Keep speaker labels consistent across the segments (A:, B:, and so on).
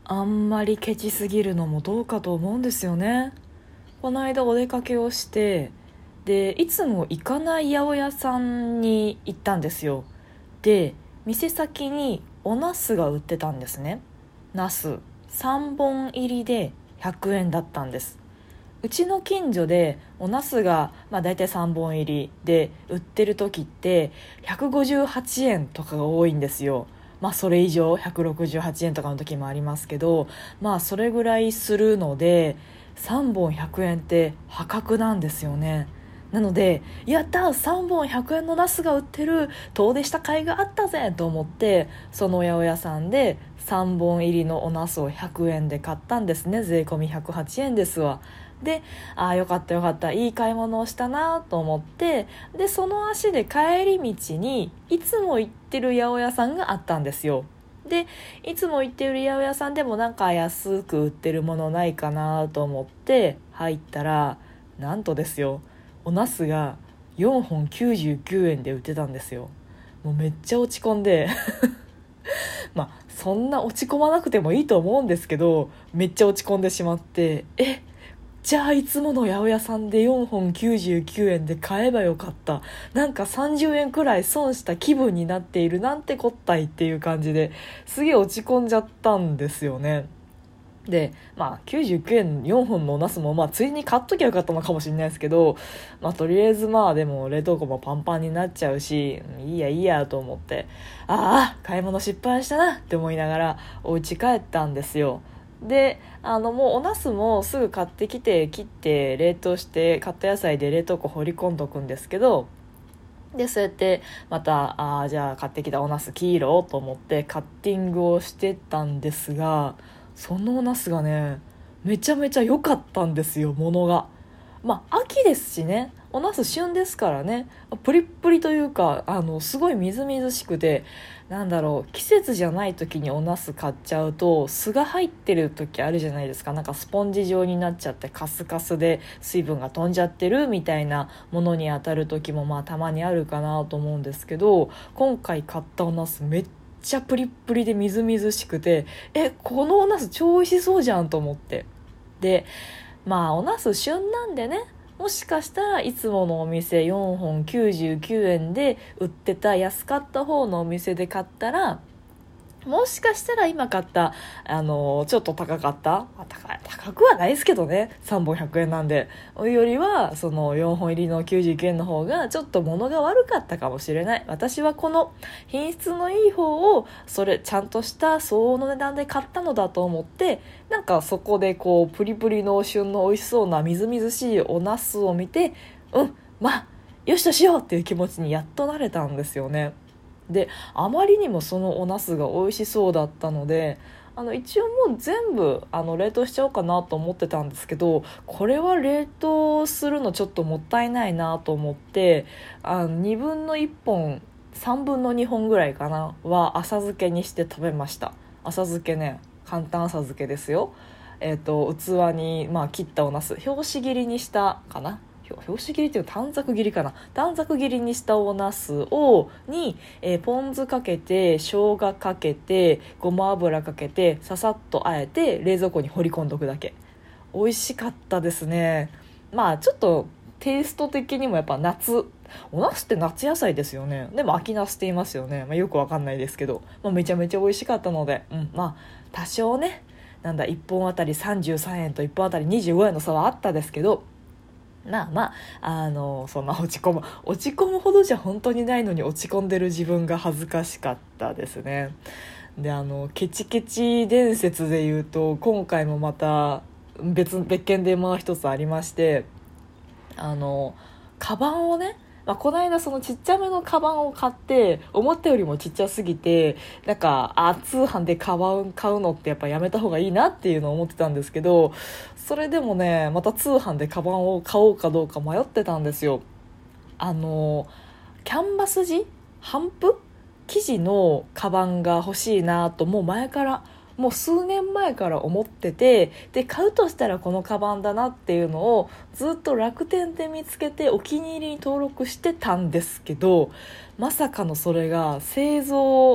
A: あんまりケチすぎるのもどうかと思うんですよね。この間お出かけをして、でいつも行かない八百屋さんに行ったんですよ。で店先にお茄子が売ってたんですね。茄子3本入りで100円だったんです。うちの近所でお茄子が、だいたい3本入りで売ってる時って158円とかが多いんですよ。それ以上168円とかの時もありますけど、それぐらいするので3本100円って破格なんですよね。なのでやったー、3本100円のナスが売ってる、遠出した甲斐があったぜと思って、その八百屋さんで3本入りのおナスを100円で買ったんですね。税込み108円ですわ。で、よかったよかった、いい買い物をしたなと思って、でその足で帰り道にいつも行ってる八百屋さんがあったんですよ。でいつも行ってる八百屋さんでもなんか安く売ってるものないかなと思って入ったら、なんとですよ、お茄子が4本99円で売ってたんですよ。もうめっちゃ落ち込んでそんな落ち込まなくてもいいと思うんですけど、めっちゃ落ち込んでしまって、じゃあいつもの八百屋さんで4本99円で買えばよかった、なんか30円くらい損した気分になっている、なんてこったいっていう感じですげえ落ち込んじゃったんですよね。で99円4本のおナスもついに買っときゃよかったのかもしれないですけど、とりあえずでも冷凍庫もパンパンになっちゃうし、いいやいいやと思って、買い物失敗したなって思いながらお家帰ったんですよ。でもうおナスもすぐ買ってきて切って冷凍して、買った野菜で冷凍庫放り込んどくんですけど、でそうやってまたじゃあ買ってきたおナス切ろうと思ってカッティングをしてたんですが、そのおナスがね、めちゃめちゃ良かったんですよ、ものが。秋ですしね、おナス旬ですからね、プリップリというか、すごいみずみずしくて、季節じゃない時におナス買っちゃうと酢が入ってる時あるじゃないですか。なんかスポンジ状になっちゃってカスカスで水分が飛んじゃってるみたいなものに当たる時もたまにあるかなと思うんですけど、今回買ったおナスめっちゃプリップリでみずみずしくて、このおナス超美味しそうじゃんと思って。でおナス旬なんでね、もしかしたらいつものお店4本99円で売ってた安かった方のお店で買ったら、もしかしたら今買ったちょっと高かった、高くはないですけどね、3本100円なんでよりは、その4本入りの99円の方がちょっと物が悪かったかもしれない。私はこの品質のいい方をちゃんとした相応の値段で買ったのだと思って、そこでプリプリの旬の美味しそうなみずみずしいお茄子を見て、よしとしようっていう気持ちにやっとなれたんですよね。であまりにもそのお茄子が美味しそうだったので、一応もう全部冷凍しちゃおうかなと思ってたんですけど、これは冷凍するのちょっともったいないなと思って、2分の1本3分の2本ぐらいかなは浅漬けにして食べました。浅漬けね、簡単浅漬けですよ。器に、切ったお茄子拍子切りにしたかな、拍子切りっていうの短冊切りかな、短冊切りにしたお茄子に、ポン酢かけて生姜かけてごま油かけてささっとあえて冷蔵庫に放り込んどくだけ。美味しかったですね。ちょっとテイスト的にもやっぱ夏、お茄子って夏野菜ですよね。でも秋ナスって言いますよね。よくわかんないですけど、めちゃめちゃ美味しかったので、多少ね、1本あたり33円と1本あたり25円の差はあったですけど、そんな落ち込むほどじゃ本当にないのに落ち込んでる自分が恥ずかしかったですね。でケチケチ伝説で言うと、今回もまた別件でもう一つありまして、カバンをね、この間そのちっちゃめのカバンを買って、思ったよりもちっちゃすぎて、通販でカバン買うのってやっぱやめた方がいいなっていうのを思ってたんですけど、それでもね、また通販でカバンを買おうかどうか迷ってたんですよ。キャンバス地帆布生地のカバンが欲しいなと、もう数年前から思ってて、で買うとしたらこのカバンだなっていうのをずっと楽天で見つけてお気に入りに登録してたんですけど、まさかのそれが製造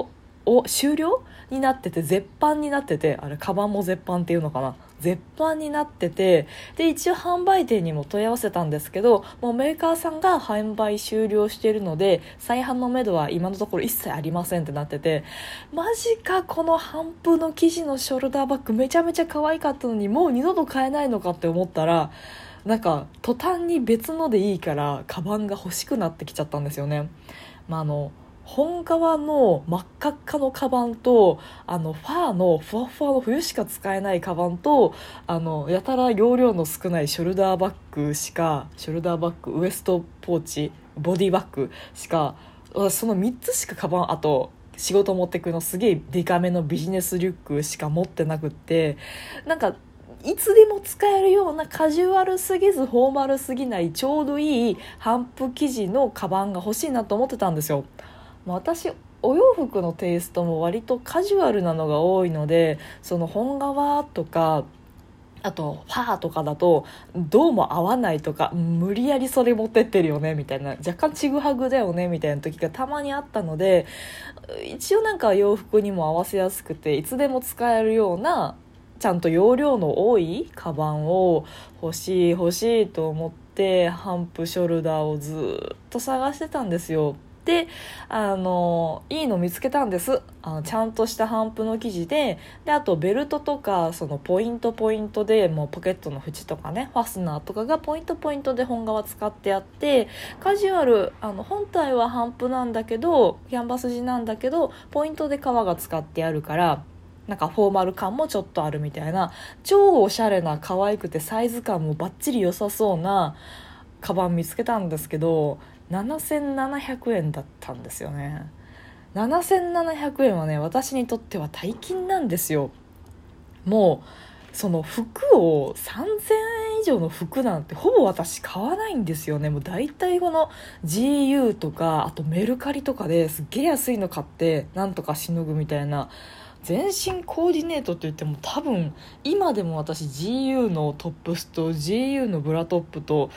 A: 終了になってて、絶版になってて、あれカバンも絶版っていうのかな、絶版になってて、で一応販売店にも問い合わせたんですけど、もうメーカーさんが販売終了しているので再販のめどは今のところ一切ありませんってなってて、マジか、この帆布の生地のショルダーバッグめちゃめちゃ可愛かったのにもう二度と買えないのかって思ったら、なんか途端に別のでいいからカバンが欲しくなってきちゃったんですよね。本革の真っ赤っかのカバンとファーのふわふわの冬しか使えないカバンとやたら容量の少ないショルダーバッグしか、ショルダーバッグ、ウエストポーチ、ボディバッグしか、私その3つしかカバン、あと仕事持ってくのすげえデカめのビジネスリュックしか持ってなくって、なんかいつでも使えるようなカジュアルすぎずフォーマルすぎないちょうどいい帆布生地のカバンが欲しいなと思ってたんですよ。私お洋服のテイストも割とカジュアルなのが多いので、その本革とかあとファーとかだとどうも合わないとか、無理やりそれ持ってってるよねみたいな、若干ちぐはぐだよねみたいな時がたまにあったので、一応なんか洋服にも合わせやすくていつでも使えるようなちゃんと容量の多いカバンを欲しいと思って帆布ショルダーをずっと探してたんですよ。でいいの見つけたんです。ちゃんとした帆布の生地で、あとベルトとかそのポイントでもうポケットの縁とかね、ファスナーとかがポイントで本革使ってあって、カジュアル本体は帆布なんだけどキャンバス地なんだけどポイントで革が使ってあるからなんかフォーマル感もちょっとあるみたいな、超おしゃれな可愛くてサイズ感もバッチリ良さそうなカバン見つけたんですけど、7700円だったんですよね。7700円はね、私にとっては大金なんですよ。もうその服を3000円以上の服なんてほぼ私買わないんですよね。もう大体この GU とかあとメルカリとかですっげえ安いの買ってなんとかしのぐみたいな、全身コーディネートって言っても多分今でも私 GU のトップスと GU のブラトップと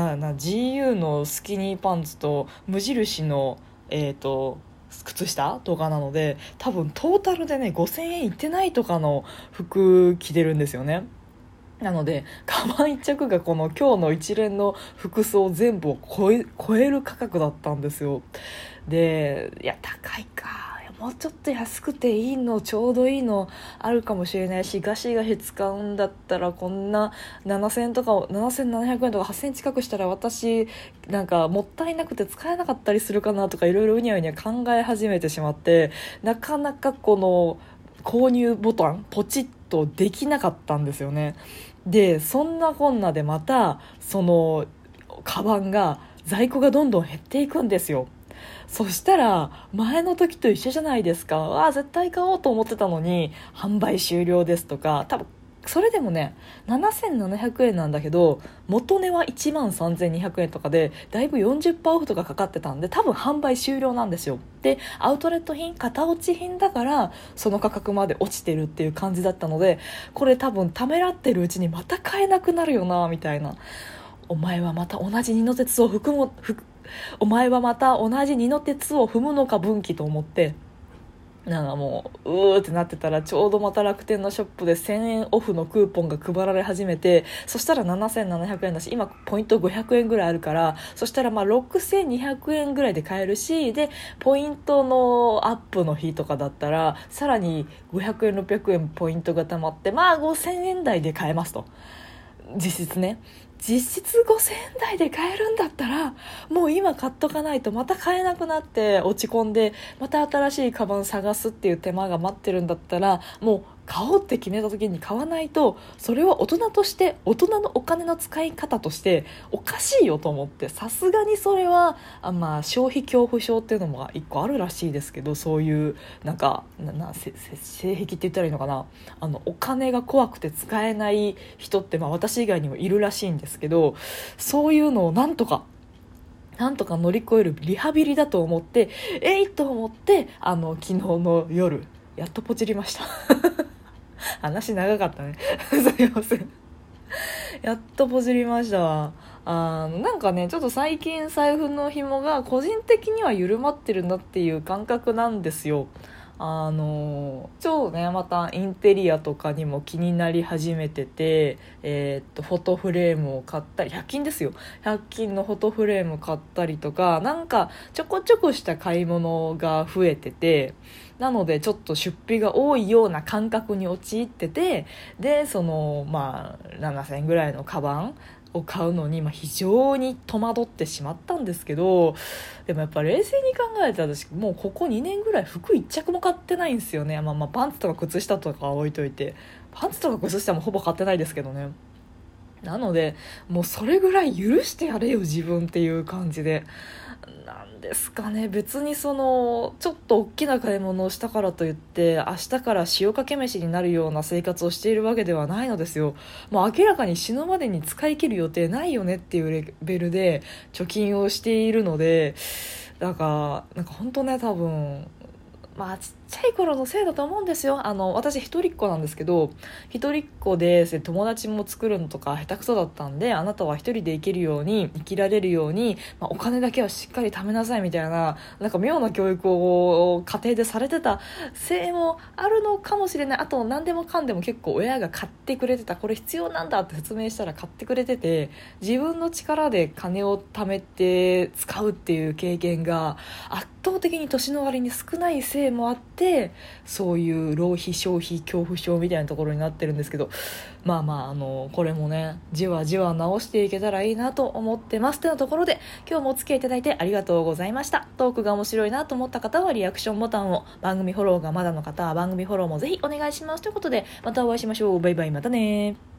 A: GU のスキニーパンツと無印の靴下とかなので、多分トータルでね5000円いってないとかの服着てるんですよね。なのでカバン一着がこの今日の一連の服装全部を超える価格だったんですよ。でいや高いか、もうちょっと安くていいのちょうどいいのあるかもしれないし、ガシガシ使うんだったらこんな7000円とか7700円とか8000円近くしたら私なんかもったいなくて使えなかったりするかなとかいろいろうにゃうにゃ考え始めてしまって、なかなかこの購入ボタンポチッとできなかったんですよね。でそんなこんなでまたそのカバンが在庫がどんどん減っていくんですよ。そしたら前の時と一緒じゃないですか。絶対買おうと思ってたのに販売終了ですとか、多分それでもね7700円なんだけど元値は13200円とかでだいぶ 40% オフとかかかってたんで多分販売終了なんですよ。でアウトレット品型落ち品だからその価格まで落ちてるっていう感じだったので、これ多分ためらってるうちにまた買えなくなるよなみたいな、お前はまた同じ二の鉄をお前はまた同じ二の鉄を踏むのか分岐と思って、なんかもうってなってたらちょうどまた楽天のショップで1000円オフのクーポンが配られ始めて、そしたら7700円だし今ポイント500円ぐらいあるから、そしたらまあ6200円ぐらいで買えるし、でポイントのアップの日とかだったらさらに500円600円ポイントがたまってまあ5000円台で買えますと。実質5000円台で買えるんだったらもう今買っとかないとまた買えなくなって落ち込んでまた新しいカバン探すっていう手間が待ってるんだったら、もう買おうって決めた時に買わないとそれは大人として大人のお金の使い方としておかしいよと思って、さすがにそれはまあ消費恐怖症っていうのも一個あるらしいですけど、そういうなんか性癖って言ったらいいのかな、お金が怖くて使えない人ってまあ私以外にもいるらしいんですけど、そういうのをなんとか乗り越えるリハビリだと思ってと思って昨日の夜やっとポチりました話長かったねすいませんやっとポチりましたわ。なんかねちょっと最近財布の紐が個人的には緩まってるなっていう感覚なんですよ。 超ねまたインテリアとかにも気になり始めてて、フォトフレームを買ったり、100均ですよ、100均のフォトフレーム買ったりとか、なんかちょこちょこした買い物が増えてて、なのでちょっと出費が多いような感覚に陥ってて、で7000円ぐらいのカバンを買うのに、非常に戸惑ってしまったんですけど、でもやっぱ冷静に考えたら私もうここ2年ぐらい服1着も買ってないんですよね。パンツとか靴下とかは置いといて、パンツとか靴下もほぼ買ってないですけどね。なのでもうそれぐらい許してやれよ自分っていう感じで、なんですかね、別にちょっと大きな買い物をしたからといって明日から塩かけ飯になるような生活をしているわけではないのですよ。もう明らかに死ぬまでに使い切る予定ないよねっていうレベルで貯金をしているので、なんか本当ね、多分ちっちゃい頃のせいだと思うんですよ。私一人っ子なんですけど、一人っ子で友達も作るのとか下手くそだったんで、あなたは一人で生きるように生きられるように、お金だけはしっかり貯めなさいみたいな、なんか妙な教育を家庭でされてたせいもあるのかもしれない。あと何でもかんでも結構親が買ってくれてた、これ必要なんだって説明したら買ってくれてて、自分の力で金を貯めて使うっていう経験が圧倒的に年の割に少ないせいもあって、そういう浪費消費恐怖症みたいなところになってるんですけど、これもねじわじわ直していけたらいいなと思ってますというところで、今日もお付き合いいただいてありがとうございました。トークが面白いなと思った方はリアクションボタンを、番組フォローがまだの方は番組フォローもぜひお願いしますということで、またお会いしましょう。バイバイ、またね。